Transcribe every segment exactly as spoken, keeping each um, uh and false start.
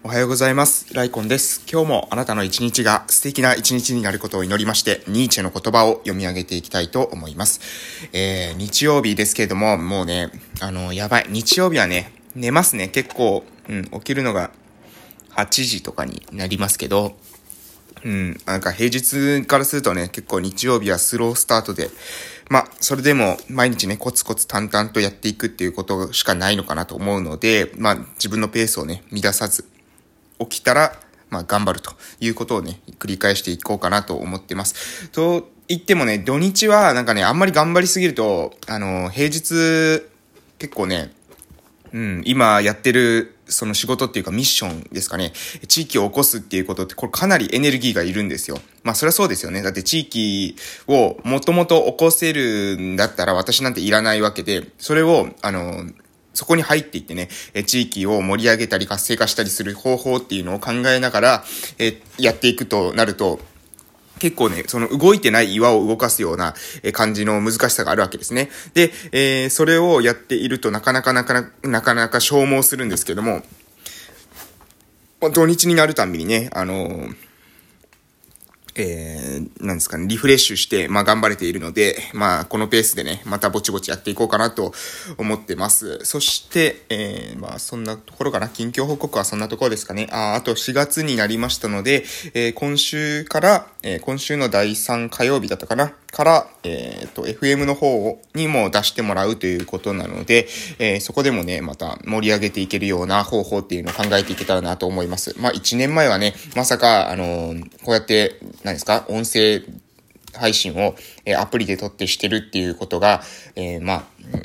おはようございます。ライコンです。今日もあなたの一日が素敵な一日になることを祈りまして、ニーチェの言葉を読み上げていきたいと思います。えー、日曜日ですけれども、もうね、あの、やばい。日曜日はね、寝ますね。結構、うん、起きるのがはちじとかになりますけど、うん、なんか平日からするとね、結構日曜日はスロースタートで、まあ、それでも毎日ね、コツコツ淡々とやっていくっていうことしかないのかなと思うので、まあ、自分のペースをね、乱さず、起きたら、まあ、頑張るということをね、繰り返していこうかなと思ってます。と言ってもね、土日はなんかね、あんまり頑張りすぎると、あの、平日、結構ね、うん、今やってる、その仕事っていうかミッションですかね。地域を起こすっていうことって、これかなりエネルギーがいるんですよ。まあそりゃそうですよね。だって地域をもともと起こせるんだったら私なんていらないわけで、それを、あの、そこに入っていってね、地域を盛り上げたり活性化したりする方法っていうのを考えながら、えやっていくとなると、結構ね、その動いてない岩を動かすような感じの難しさがあるわけですね。で、えー、それをやっているとなかなかなかなかなかなか消耗するんですけども、土日になるたんびにね、あのー、えー、なんですかね、リフレッシュして、まあ頑張れているので、まあこのペースでね、またぼちぼちやっていこうかなと思ってます。そして、えー、まあそんなところかな、近況報告はそんなところですかね。あ、あとしがつになりましたので、えー、今週から、えー、今週のだいさん火曜日だったかな、から、えっと、エフエム の方にも出してもらうということなので、えー、そこでもね、また盛り上げていけるような方法っていうのを考えていけたらなと思います。まあいちねんまえはね、まさか、あのー、こうやって、何ですか、音声配信を、えー、アプリで撮ってしてるっていうことが、えー、まあ、うん、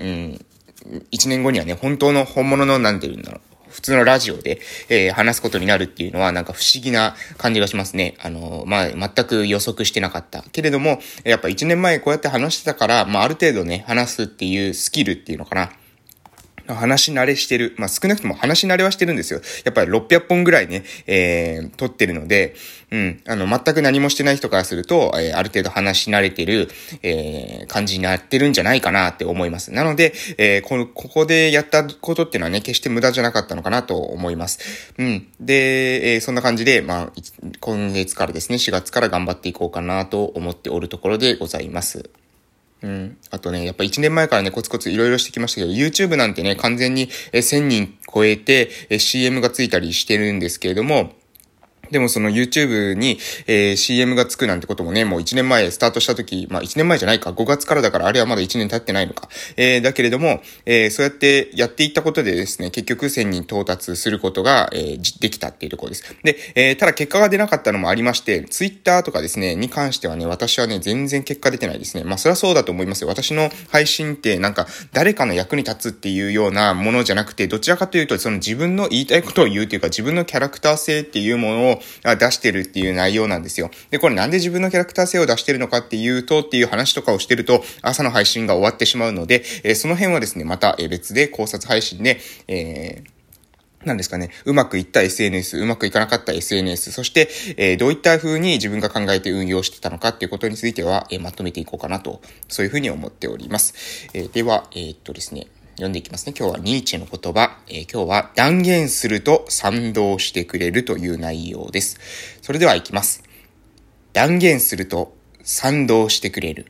いちねんごにはね、本当の本物のなんていうんだろう、普通のラジオで、えー、話すことになるっていうのはなんか不思議な感じがしますね。あのー、まあ、全く予測してなかった。けれども、やっぱいちねんまえこうやって話してたから、まあ、ある程度ね、話すっていうスキルっていうのかな。話慣れしてる。まあ、少なくとも話慣れはしてるんですよ。やっぱりろっぴゃっぽんぐらいね、えー、撮ってるので、うん、あの、全く何もしてない人からすると、えー、ある程度話し慣れてる、えー、感じになってるんじゃないかなって思います。なので、えー、この、ここでやったことっていうのはね、決して無駄じゃなかったのかなと思います。うん。で、えー、そんな感じで、まあ、今月からですね、しがつから頑張っていこうかなと思っておるところでございます。うん。あとね、やっぱいちねんまえからね、コツコツいろいろしてきましたけど、YouTube なんてね、完全にせんにん超えて シーエム がついたりしてるんですけれども、でもその YouTube に、えー、シーエム がつくなんてこともね、もういちねんまえスタートした時、まあいちねんまえじゃないか、ごがつからだからあれはまだいちねん経ってないのか。えー、だけれども、えー、そうやってやっていったことでですね、結局せんにん到達することが、えー、できたっていうところです。で、えー、ただ結果が出なかったのもありまして、Twitter とかですね、に関してはね、私はね、全然結果出てないですね。まあそれはそうだと思いますよ。私の配信ってなんか誰かの役に立つっていうようなものじゃなくて、どちらかというとその自分の言いたいことを言うというか、自分のキャラクター性っていうものを出してるっていう内容なんですよ。で、これなんで自分のキャラクター性を出してるのかっていうとっていう話とかをしてると朝の配信が終わってしまうので、えー、その辺はですね、また別で考察配信で、えーなんですかね、うまくいった エスエヌエス、うまくいかなかった エスエヌエス、そして、えー、どういった風に自分が考えて運用してたのかっていうことについては、えー、まとめていこうかなと、そういう風に思っております。えー、では、えー、っとですね、読んでいきますね。今日はニーチェの言葉、えー、今日は断言すると賛同してくれるという内容です。それでは行きます。断言すると賛同してくれる。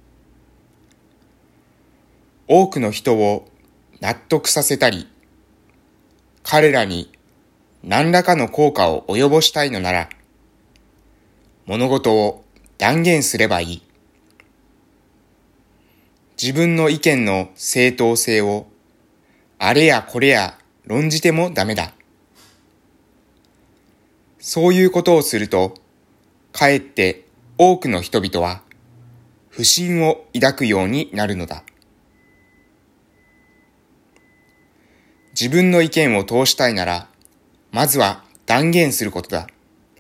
多くの人を納得させたり、彼らに何らかの効果を及ぼしたいのなら、物事を断言すればいい。自分の意見の正当性をあれやこれや論じてもダメだ。そういうことをすると、かえって多くの人々は不信を抱くようになるのだ。自分の意見を通したいなら、まずは断言することだ。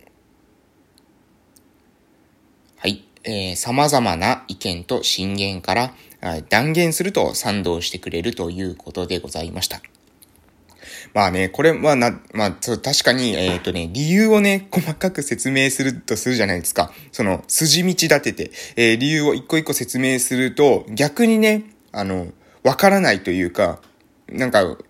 はい。えー、様々な意見と進言から断言すると賛同してくれるということでございました。まあね、これはな、まあ、確かに、えっとね、理由をね、細かく説明するとするじゃないですか。その、筋道立てて、えー、理由を一個一個説明すると、逆にね、あの、わからないというか、なんか、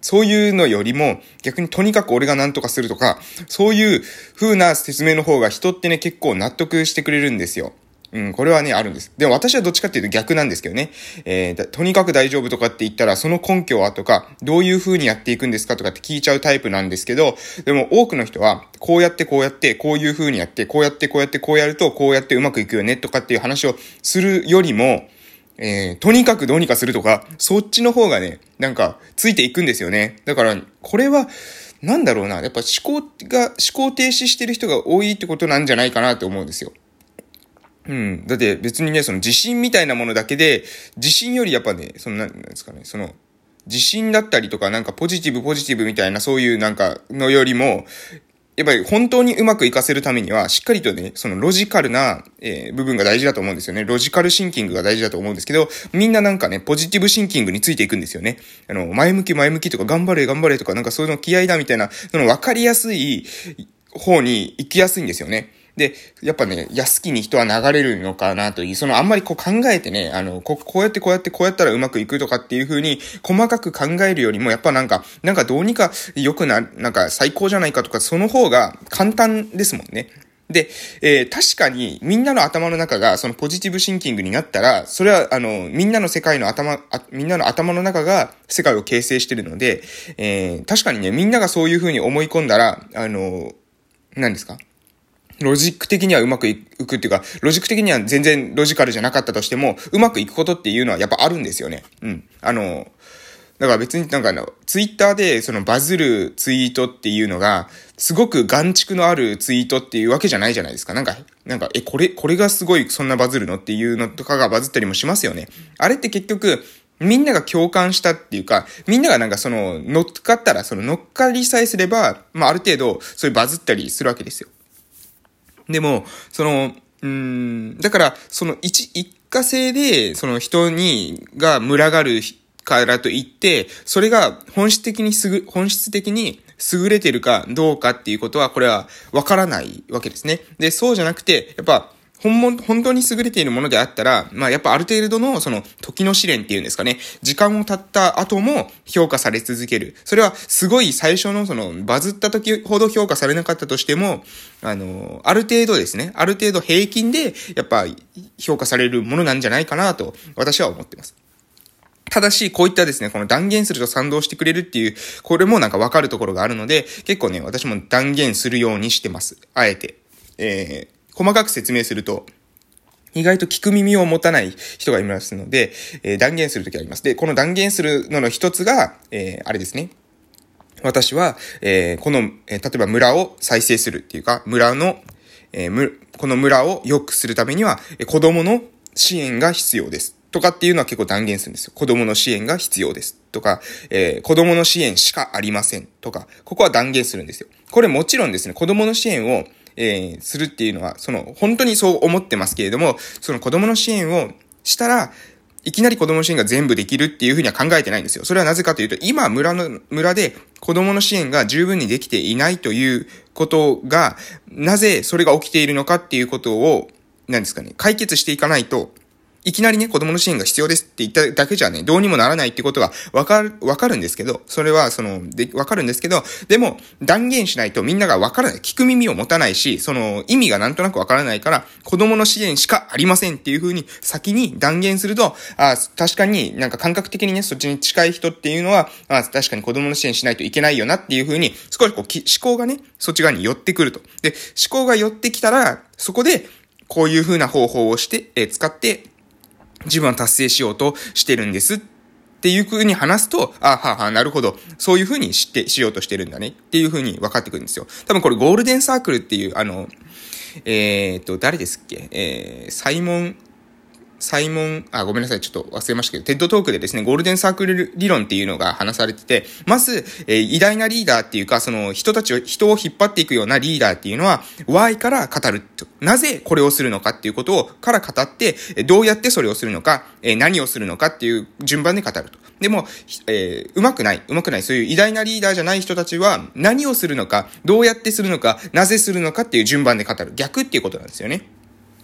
そういうのよりも、逆にとにかく俺が何とかするとか、そういう風な説明の方が人ってね、結構納得してくれるんですよ。うん、これはね、あるんです。でも私はどっちかっていうと逆なんですけどね。えー、とにかく大丈夫とかって言ったら、その根拠はとか、どういう風にやっていくんですかとかって聞いちゃうタイプなんですけど、でも多くの人は、こうやってこうやって、こういう風にやって、こうやってこうやってこうやると、こうやってうまくいくよねとかっていう話をするよりも、えー、とにかくどうにかするとか、そっちの方がね、なんか、ついていくんですよね。だから、これは、なんだろうな、やっぱ思考が、思考停止してる人が多いってことなんじゃないかなと思うんですよ。うん。だって別にね、その自信みたいなものだけで、自信よりやっぱね、そのなんですかね、その、自信だったりとかなんかポジティブポジティブみたいなそういうなんかのよりも、やっぱり本当にうまくいかせるためには、しっかりとね、そのロジカルな、えー、部分が大事だと思うんですよね。ロジカルシンキングが大事だと思うんですけど、みんななんかね、ポジティブシンキングについていくんですよね。あの、前向き前向きとか頑張れ頑張れとかなんかそういうの気合だみたいな、その分かりやすい方に行きやすいんですよね。で、やっぱね、安きに人は流れるのかなという、そのあんまりこう考えてね、あの、こ、こうやってこうやってこうやったらうまくいくとかっていう風に細かく考えるよりも、やっぱなんか、なんかどうにか良くな、なんか最高じゃないかとか、その方が簡単ですもんね。で、えー、確かにみんなの頭の中がそのポジティブシンキングになったら、それはあの、みんなの世界の頭、あみんなの頭の中が世界を形成しているので、えー、確かにね、みんながそういう風に思い込んだら、あの、何ですか？ロジック的にはうまくいくっていうか、ロジック的には全然ロジカルじゃなかったとしても、うまくいくことっていうのはやっぱあるんですよね。うん。あの、だから別になんかあの、ツイッターでそのバズるツイートっていうのが、すごく眼蓄のあるツイートっていうわけじゃないじゃないですか。なんか、なんか、え、これ、これがすごいそんなバズるのっていうのとかがバズったりもしますよね。あれって結局、みんなが共感したっていうか、みんながなんかその乗っかったら、その乗っかりさえすれば、まあある程度そういうバズったりするわけですよ。でも、その、うーん、だから、その一、一過性で、その人に、が群がるからといって、それが本質的にすぐ、本質的に優れてるかどうかっていうことは、これはわからないわけですね。で、そうじゃなくて、やっぱ、本物、本当に優れているものであったら、まあやっぱある程度のその時の試練っていうんですかね、時間を経った後も評価され続ける。それはすごい最初のそのバズった時ほど評価されなかったとしても、あの、ある程度ですね、ある程度平均でやっぱ評価されるものなんじゃないかなと私は思っています。ただし、こういったですね、この断言すると賛同してくれるっていう、これもなんかわかるところがあるので、結構ね、私も断言するようにしてます。あえて。えー細かく説明すると、意外と聞く耳を持たない人がいますので、えー、断言するときあります。で、この断言するのの一つが、えー、あれですね。私は、えー、この、えー、例えば村を再生するっていうか、村の、えー、む、この村を良くするためには、えー、子供の支援が必要です。とかっていうのは結構断言するんですよ。子供の支援が必要です。とか、えー、子供の支援しかありません。とか、ここは断言するんですよ。これもちろんですね、子供の支援を、えー、するっていうのは、その、本当にそう思ってますけれども、その子供の支援をしたら、いきなり子供の支援が全部できるっていうふうには考えてないんですよ。それはなぜかというと、今村の、村で子供の支援が十分にできていないということが、なぜそれが起きているのかっていうことを、何ですかね、解決していかないと、いきなりね、子供の支援が必要ですって言っただけじゃね、どうにもならないってことがわかる、わかるんですけど、それはその、で、わかるんですけど、でも、断言しないとみんながわからない、聞く耳を持たないし、その、意味がなんとなくわからないから、子供の支援しかありませんっていう風に先に断言すると、あ、確かになんか感覚的にね、そっちに近い人っていうのは、あ、確かに子供の支援しないといけないよなっていう風に、少しこう、思考がね、そっち側に寄ってくると。で、思考が寄ってきたら、そこで、こういう風な方法をして、えー、使って、自分は達成しようとしてるんですっていう風に話すと、あはは、なるほど。そういう風にして、しようとしてるんだねっていう風に分かってくるんですよ。多分これゴールデンサークルっていう、あの、えーっと、誰ですっけえー、サイモン、サイモン、あ、ごめんなさい、ちょっと忘れましたけど、テッドトークでですね、ゴールデンサークル理論っていうのが話されてて、まず、えー、偉大なリーダーっていうか、その人たちを、人を引っ張っていくようなリーダーっていうのは、Y から語ると。なぜこれをするのかっていうことを、から語って、どうやってそれをするのか、えー、何をするのかっていう順番で語ると。でも、えー、うまくない、うまくない、そういう偉大なリーダーじゃない人たちは、何をするのか、どうやってするのか、なぜするのかっていう順番で語る。逆っていうことなんですよね。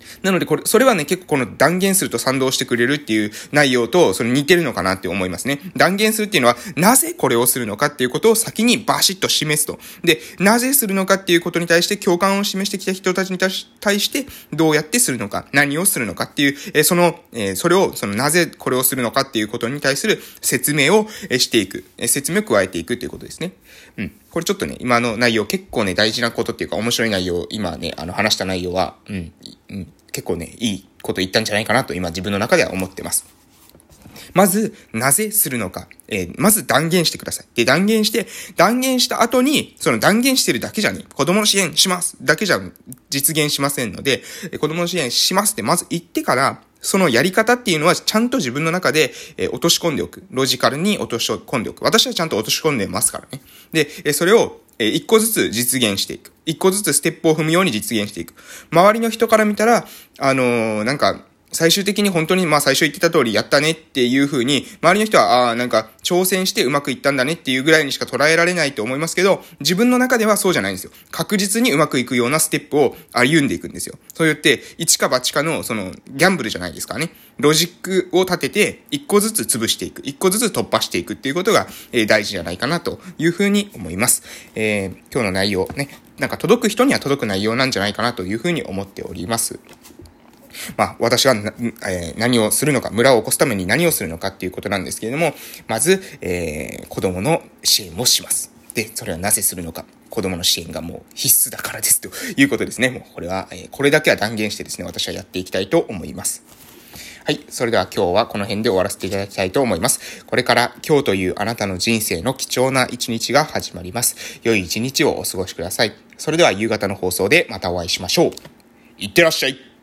なので、これ、それはね、結構この断言すると賛同してくれるっていう内容と、それ似てるのかなって思いますね。断言するっていうのは、なぜこれをするのかっていうことを先にバシッと示すと。で、なぜするのかっていうことに対して共感を示してきた人たちに対して、どうやってするのか、何をするのかっていう、えー、その、えー、それを、その、なぜこれをするのかっていうことに対する説明をしていく。えー、説明を加えていくっていうことですね。うん。これちょっとね、今の内容、結構ね、大事なことっていうか、面白い内容、今ね、あの、話した内容は、うん、うん。結構ね、いいこと言ったんじゃないかなと今自分の中では思ってます。まず、なぜするのか。えー、まず断言してください。で、断言して、断言した後に、その断言してるだけじゃね、子供の支援しますだけじゃ実現しませんので、子供の支援しますってまず言ってから、そのやり方っていうのはちゃんと自分の中で、えー、落とし込んでおく。ロジカルに落とし込んでおく。私はちゃんと落とし込んでますからね。で、えー、それを、えー、一個ずつ実現していく。一個ずつステップを踏むように実現していく。周りの人から見たら、あのー、なんか、最終的に本当に、まあ最初言ってた通りやったねっていう風に、周りの人は、ああ、なんか挑戦してうまくいったんだねっていうぐらいにしか捉えられないと思いますけど、自分の中ではそうじゃないんですよ。確実にうまくいくようなステップを歩んでいくんですよ。そうやって、一か八かの、その、ギャンブルじゃないですかね。ロジックを立てて、一個ずつ潰していく。一個ずつ突破していくっていうことが、えー、大事じゃないかなという風に思います。えー、今日の内容ね、なんか届く人には届く内容なんじゃないかなという風に思っております。まあ、私はな、えー、何をするのか、村を起こすために何をするのかっていうことなんですけれども、まず、えー、子供の支援をします。で、それはなぜするのか。子供の支援がもう必須だからですということですね。もうこれは、えー、これだけは断言してですね、私はやっていきたいと思います。はい。それでは今日はこの辺で終わらせていただきたいと思います。これから今日というあなたの人生の貴重な一日が始まります。良い一日をお過ごしください。それでは夕方の放送でまたお会いしましょう。いってらっしゃい。